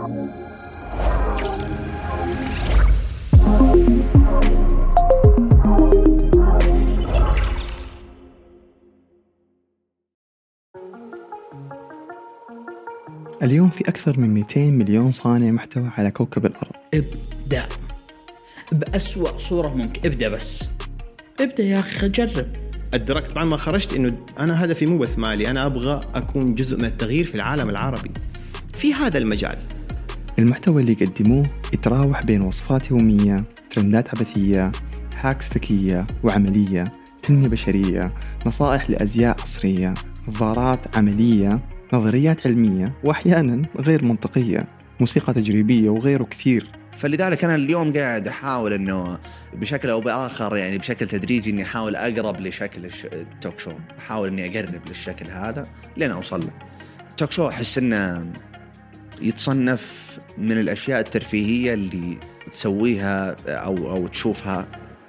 اليوم في أكثر من 200 مليون صانع محتوى على كوكب الأرض. ابدأ بأسوأ صورة ممكن، ابدأ بس ابدأ يا أخي، جرب. أدركت بعد ما خرجت إنه أنا هدفي مو بس مالي، أنا أبغى أكون جزء من التغيير في العالم العربي في هذا المجال. المحتوى اللي يقدموه يتراوح بين وصفات يومية، ترندات عبثية، هاكس ذكية وعملية، تنمية بشرية، نصائح لأزياء عصرية، نظارات عملية، نظريات علمية وأحيانا غير منطقية، موسيقى تجريبية وغيره كثير. فلذلك أنا اليوم قاعد أحاول أنه بشكل أو بآخر، يعني بشكل تدريجي، أني أحاول أقرب لشكل التوك شو، أحاول أني أقرب للشكل هذا لين أوصل له. التوك شو أحس أنه يتصنف من الأشياء الترفيهية اللي تسويها أو تشوفها.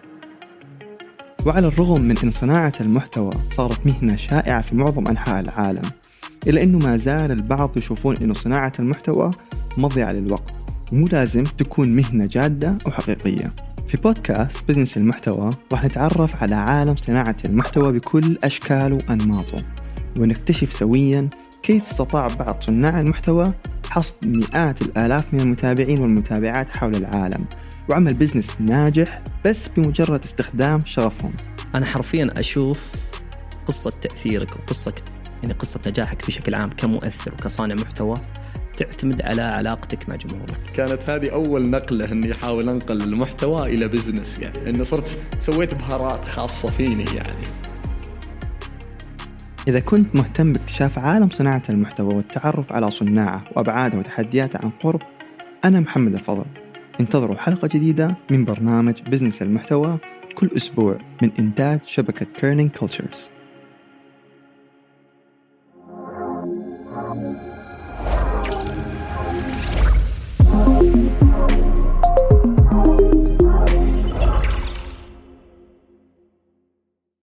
وعلى الرغم من أن صناعة المحتوى صارت مهنة شائعة في معظم أنحاء العالم، إلا أنه ما زال البعض يشوفون أن صناعة المحتوى مضيعة للوقت ومو لازم تكون مهنة جادة أو حقيقية. في بودكاست بزنس المحتوى راح نتعرف على عالم صناعة المحتوى بكل أشكاله وأنماطه، ونكتشف سويا كيف استطاع بعض صناع المحتوى حصد مئات الآلاف من المتابعين والمتابعات حول العالم وعمل بزنس ناجح بس بمجرد استخدام شغفهم. أنا حرفيا أشوف قصة تأثيرك قصة نجاحك بشكل عام كمؤثر وكصانع محتوى تعتمد على علاقتك مع جمهورك. كانت هذه أول نقلة إني أحاول أنقل المحتوى إلى بزنس، يعني إنه صرت سويت بهارات خاصة فيني يعني. إذا كنت مهتم باكتشاف عالم صناعة المحتوى والتعرف على صناعه وأبعاده وتحدياته عن قرب، أنا محمد الفضل. انتظروا حلقة جديدة من برنامج بزنس المحتوى كل أسبوع من إنتاج شبكة كيرنينج كولتشرز.